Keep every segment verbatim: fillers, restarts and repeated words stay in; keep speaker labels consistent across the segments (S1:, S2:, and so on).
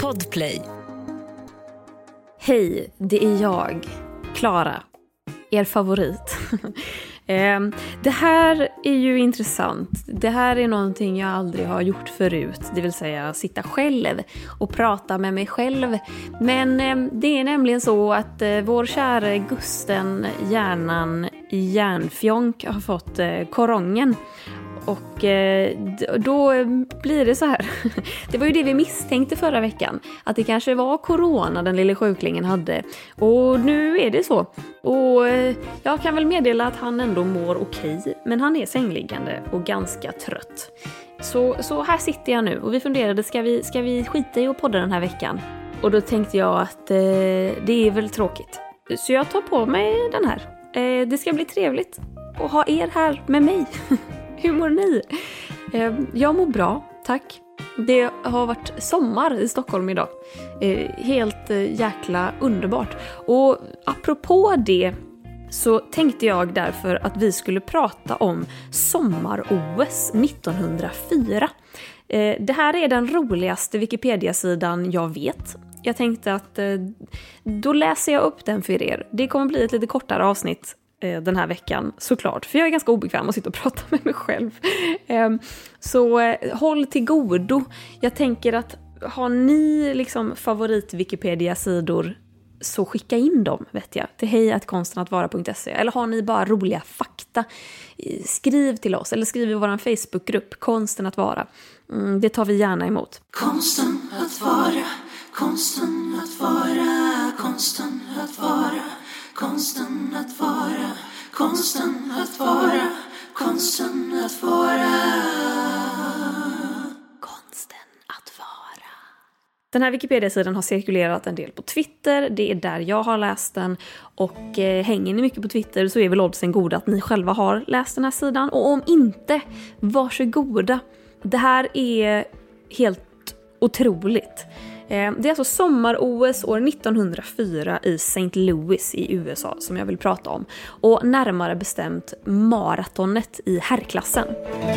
S1: Podplay.
S2: Hej, det är jag, Klara, er favorit. Det här är ju intressant. Det här är någonting jag aldrig har gjort förut. Det vill säga sitta själv och prata med mig själv. Men det är nämligen så att vår kära Gusten, hjärnan Järnfjonk, har fått korongen. Och då blir det så här. Det var ju det vi misstänkte förra veckan. Att det kanske var corona den lilla sjuklingen hade. Och nu är det så. Och jag kan väl meddela att han ändå mår okej. Men han är sängliggande och ganska trött. Så, så här sitter jag nu. Och vi funderade, ska vi, ska vi skita i att podda den här veckan? Och då tänkte jag att eh, det är väl tråkigt. Så jag tar på mig den här. Eh, det ska bli trevligt att ha er här med mig. Hur mår ni? Jag mår bra, tack. Det har varit sommar i Stockholm idag. Helt jäkla underbart. Och apropå det så tänkte jag därför att vi skulle prata om sommar-O S nittonhundrafyra. Det här är den roligaste Wikipedia-sidan jag vet. Jag tänkte att då läser jag upp den för er. Det kommer bli ett lite kortare avsnitt den här veckan, såklart. För jag är ganska obekväm att sitta och prata med mig själv. Så håll till godo. Jag tänker att har ni liksom favorit Wikipedia-sidor så skicka in dem, vet jag, till hej at konsten att vara punkt se. Eller har ni bara roliga fakta, skriv till oss. Eller skriv i vår Facebookgrupp, Konsten att vara. Mm, det tar vi gärna emot.
S3: Konsten att vara, konsten att vara, konsten att vara. Konsten att vara, konsten att vara, konsten att vara. Konsten att vara.
S2: Den här Wikipedia-sidan har cirkulerat en del på Twitter. Det är där jag har läst den. Och eh, hänger ni mycket på Twitter så är väl oddsen goda att ni själva har läst den här sidan. Och om inte, varsågoda. Det här är helt otroligt. Det är alltså sommar-O S år nittonhundrafyra i Saint Louis i U S A som jag vill prata om. Och närmare bestämt maratonet i herrklassen.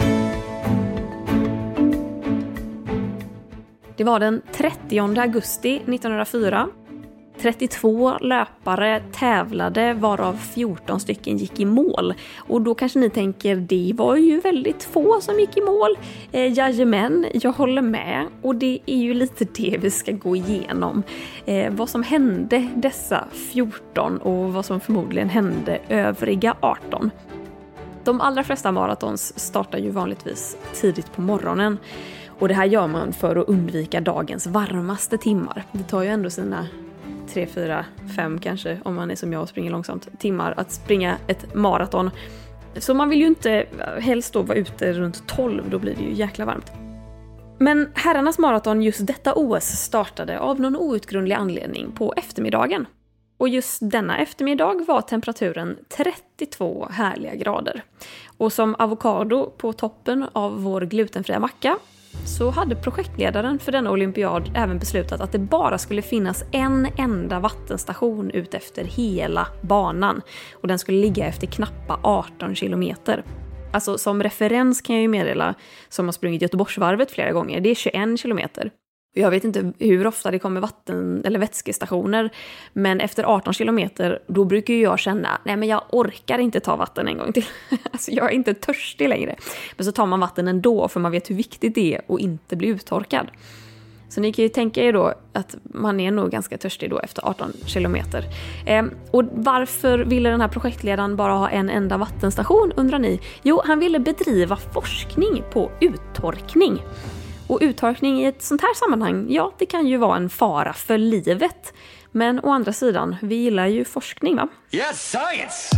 S2: Det var den trettionde augusti nittonhundrafyra. trettiotvå löpare tävlade varav fjorton stycken gick i mål. Och då kanske ni tänker, det var ju väldigt få som gick i mål. Eh, jajamän, jag håller med. Och det är ju lite det vi ska gå igenom. Eh, vad som hände dessa fjorton och vad som förmodligen hände övriga arton. De allra flesta maratons startar ju vanligtvis tidigt på morgonen. Och det här gör man för att undvika dagens varmaste timmar. Det tar ju ändå sina tre, fyra, fem kanske, om man är som jag och springer långsamt, timmar att springa ett maraton. Så man vill ju inte helst då vara ute runt tolv, då blir det ju jäkla varmt. Men herrarnas maraton just detta O S startade av någon outgrundlig anledning på eftermiddagen. Och just denna eftermiddag var temperaturen trettiotvå härliga grader. Och som avokado på toppen av vår glutenfria macka så hade projektledaren för denna olympiad även beslutat att det bara skulle finnas en enda vattenstation ut efter hela banan. Och den skulle ligga efter knappa arton kilometer. Alltså som referens kan jag ju meddela, som har sprungit Göteborgsvarvet flera gånger, det är tjugoen kilometer. Jag vet inte hur ofta det kommer vatten- eller vätskestationer, men efter arton kilometer då brukar ju jag känna, nej men jag orkar inte ta vatten en gång till. Alltså jag är inte törstig längre. Men så tar man vatten ändå för man vet hur viktigt det är att inte bli uttorkad. Så ni kan ju tänka er då att man är nog ganska törstig då efter arton kilometer. Eh, och varför ville den här projektledaren bara ha en enda vattenstation, undrar ni? Jo, han ville bedriva forskning på uttorkning. Och uttorkning i ett sånt här sammanhang, ja, det kan ju vara en fara för livet. Men å andra sidan, vi gillar ju forskning, va?
S4: Yes, science!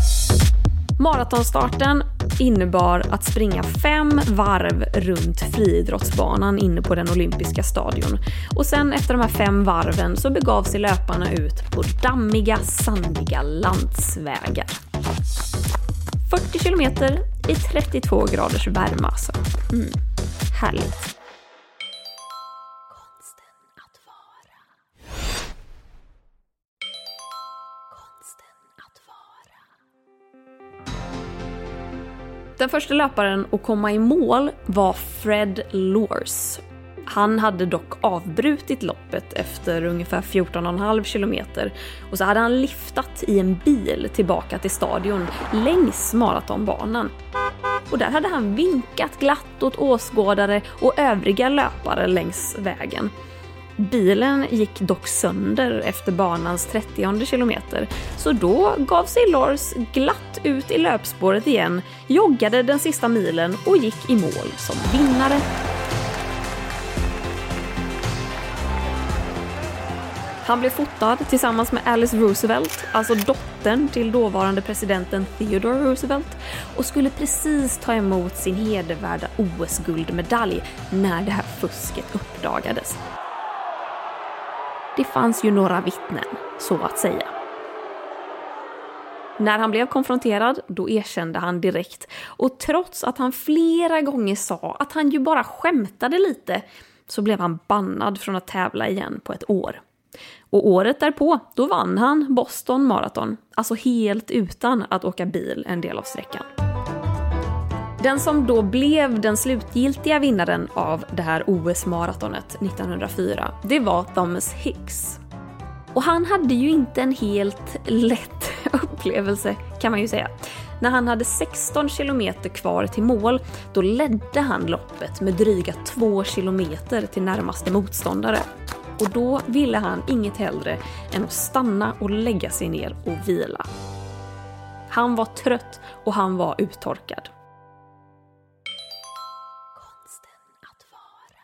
S2: Maratonstarten innebar att springa fem varv runt friidrottsbanan inne på den olympiska stadion. Och sen efter de här fem varven så begav sig löparna ut på dammiga, sandiga landsvägar. fyrtio kilometer i trettiotvå graders värme alltså. Mm, härligt. Den första löparen att komma i mål var Fred Lors. Han hade dock avbrutit loppet efter ungefär fjorton komma fem kilometer och så hade han liftat i en bil tillbaka till stadion längs maratonbanan. Och där hade han vinkat glatt åt åskådare och övriga löpare längs vägen. Bilen gick dock sönder efter banans trettionde kilometer, så då gav sig Lars glatt ut i löpspåret igen, joggade den sista milen och gick i mål som vinnare. Han blev fotad tillsammans med Alice Roosevelt, alltså dottern till dåvarande presidenten Theodore Roosevelt, och skulle precis ta emot sin hedervärda O S-guldmedalj när det här fusket uppdagades. Det fanns ju några vittnen, så att säga. När han blev konfronterad, då erkände han direkt. Och trots att han flera gånger sa att han ju bara skämtade lite, så blev han bannad från att tävla igen på ett år. Och året därpå, då vann han Boston Marathon, alltså helt utan att åka bil en del av sträckan. Den som då blev den slutgiltiga vinnaren av det här O S-maratonet nittonhundrafyra, det var Thomas Hicks. Och han hade ju inte en helt lätt upplevelse, kan man ju säga. När han hade sexton kilometer kvar till mål, då ledde han loppet med dryga två kilometer till närmaste motståndare. Och då ville han inget hellre än att stanna och lägga sig ner och vila. Han var trött och han var uttorkad. Konsten att vara.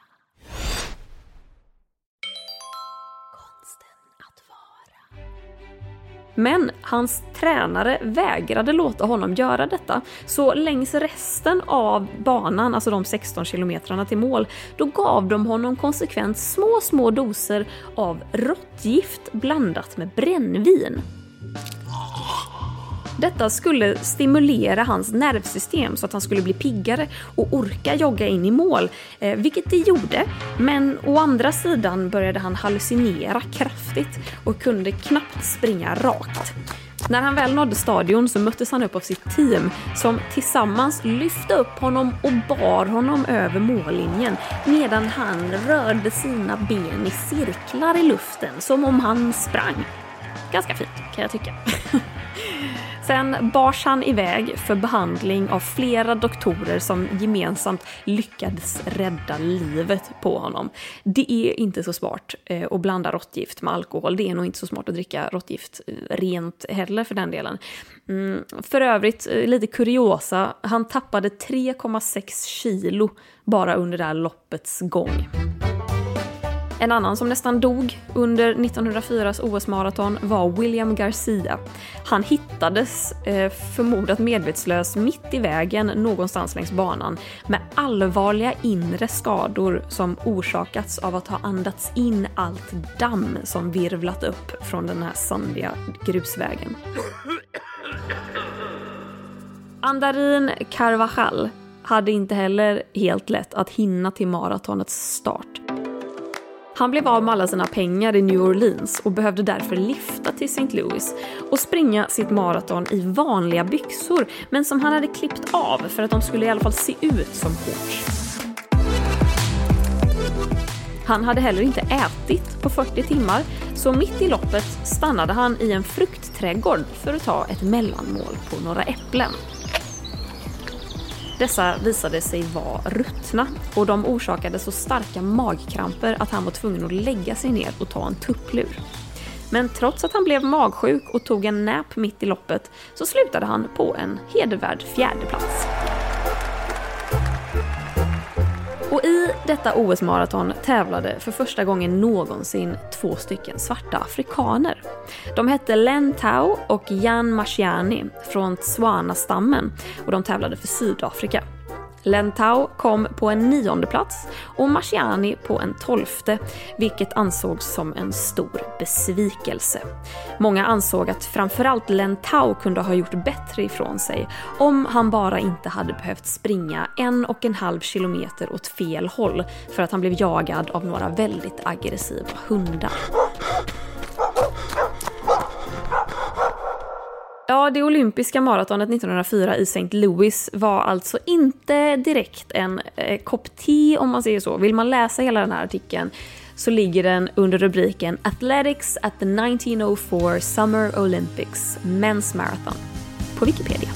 S2: Konsten att vara. Men hans tränare vägrade låta honom göra detta, så längs resten av banan, alltså de sexton kilometrarna till mål, då gav de honom konsekvent små små doser av råttgift blandat med brännvin. Detta skulle stimulera hans nervsystem så att han skulle bli piggare och orka jogga in i mål, eh, vilket det gjorde. Men å andra sidan började han hallucinera kraftigt och kunde knappt springa rakt. När han väl nådde stadion så möttes han upp av sitt team som tillsammans lyfte upp honom och bar honom över mållinjen medan han rörde sina ben i cirklar i luften som om han sprang. Ganska fint, kan jag tycka. Sen bars han iväg för behandling av flera doktorer som gemensamt lyckades rädda livet på honom. Det är inte så smart att blanda råttgift med alkohol. Det är nog inte så smart att dricka råttgift rent heller för den delen. Mm, för övrigt, lite kuriosa, han tappade tre komma sex kilo bara under det här loppets gång. En annan som nästan dog under nittonhundrafyras O S-maraton var William Garcia. Han hittades eh, förmodat medvetslös mitt i vägen någonstans längs banan med allvarliga inre skador som orsakats av att ha andats in allt damm som virvlat upp från den här sandiga grusvägen. Andarin Carvajal hade inte heller helt lätt att hinna till maratonets start. Han blev av med alla sina pengar i New Orleans och behövde därför lifta till Saint Louis och springa sitt maraton i vanliga byxor, men som han hade klippt av för att de skulle i alla fall se ut som shorts. Han hade heller inte ätit på fyrtio timmar, så mitt i loppet stannade han i en fruktträdgård för att ta ett mellanmål på några äpplen. Dessa visade sig vara ruttna och de orsakade så starka magkramper att han var tvungen att lägga sig ner och ta en tupplur. Men trots att han blev magsjuk och tog en nap mitt i loppet så slutade han på en hedervärd fjärde plats. Och i detta O S-maraton tävlade för första gången någonsin två stycken svarta afrikaner. De hette Len Tau och Jan Mashiani från Tswana-stammen och de tävlade för Sydafrika. Len Tau kom på en nionde plats och Mashiani på en tolfte, vilket ansågs som en stor besvikelse. Många ansåg att framförallt Len Tau kunde ha gjort bättre ifrån sig om han bara inte hade behövt springa en och en halv kilometer åt fel håll för att han blev jagad av några väldigt aggressiva hundar. Ja, Ja, det olympiska maratonet nittonhundrafyra i Saint Louis var alltså inte direkt en eh, kopp te, om man säger så. Vill man läsa hela den här artikeln så ligger den under rubriken Athletics at the nineteen oh four Summer Olympics Men's Marathon på Wikipedia.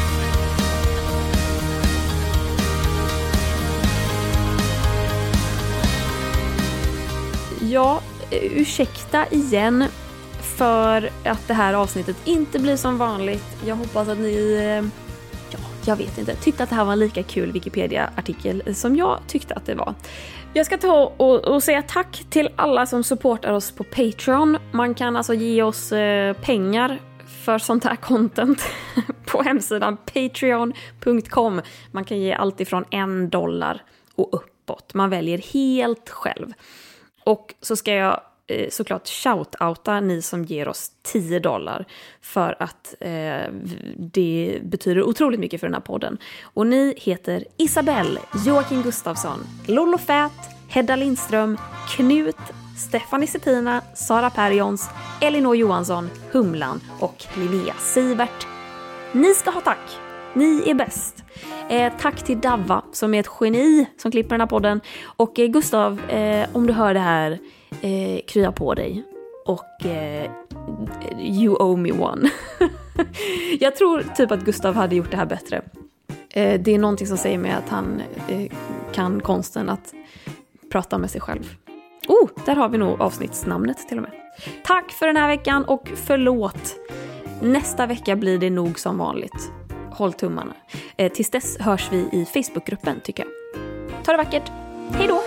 S2: Ja, ursäkta igen för att det här avsnittet inte blir som vanligt. Jag hoppas att ni, ja, jag vet inte, tyckte att det här var en lika kul Wikipedia-artikel som jag tyckte att det var. Jag ska ta och, och säga tack till alla som supportar oss på Patreon. Man kan alltså ge oss eh, pengar för sånt här content på hemsidan patreon punkt com. Man kan ge allt ifrån en dollar och uppåt. Man väljer helt själv. Och så ska jag eh, såklart shoutouta ni som ger oss tio dollar för att eh, det betyder otroligt mycket för den här podden. Och ni heter Isabelle, Joakim Gustafsson, Lollo Fät, Hedda Lindström, Knut, Stefanie Settina, Sara Perjons, Elinor Johansson, Humlan och Linnea Sivert. Ni ska ha tack. Ni är bäst. Eh, tack till Davva som är ett geni som klipper den här podden. Och eh, Gustav, eh, om du hör det här, eh, krya på dig. Och eh, you owe me one. Jag tror typ att Gustav hade gjort det här bättre. Eh, det är någonting som säger mig att han eh, kan konsten att prata med sig själv. Oh, där har vi nog avsnittsnamnet till och med. Tack för den här veckan och förlåt. Nästa vecka blir det nog som vanligt. Håll tummarna. Eh, tills dess hörs vi i Facebookgruppen, tycker jag. Ta det vackert. Hej då!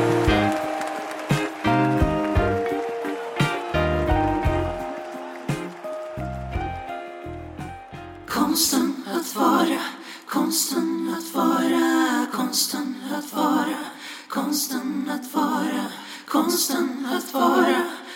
S3: Konsten att vara, konsten att vara, konsten att vara, konsten att vara, konsten att vara.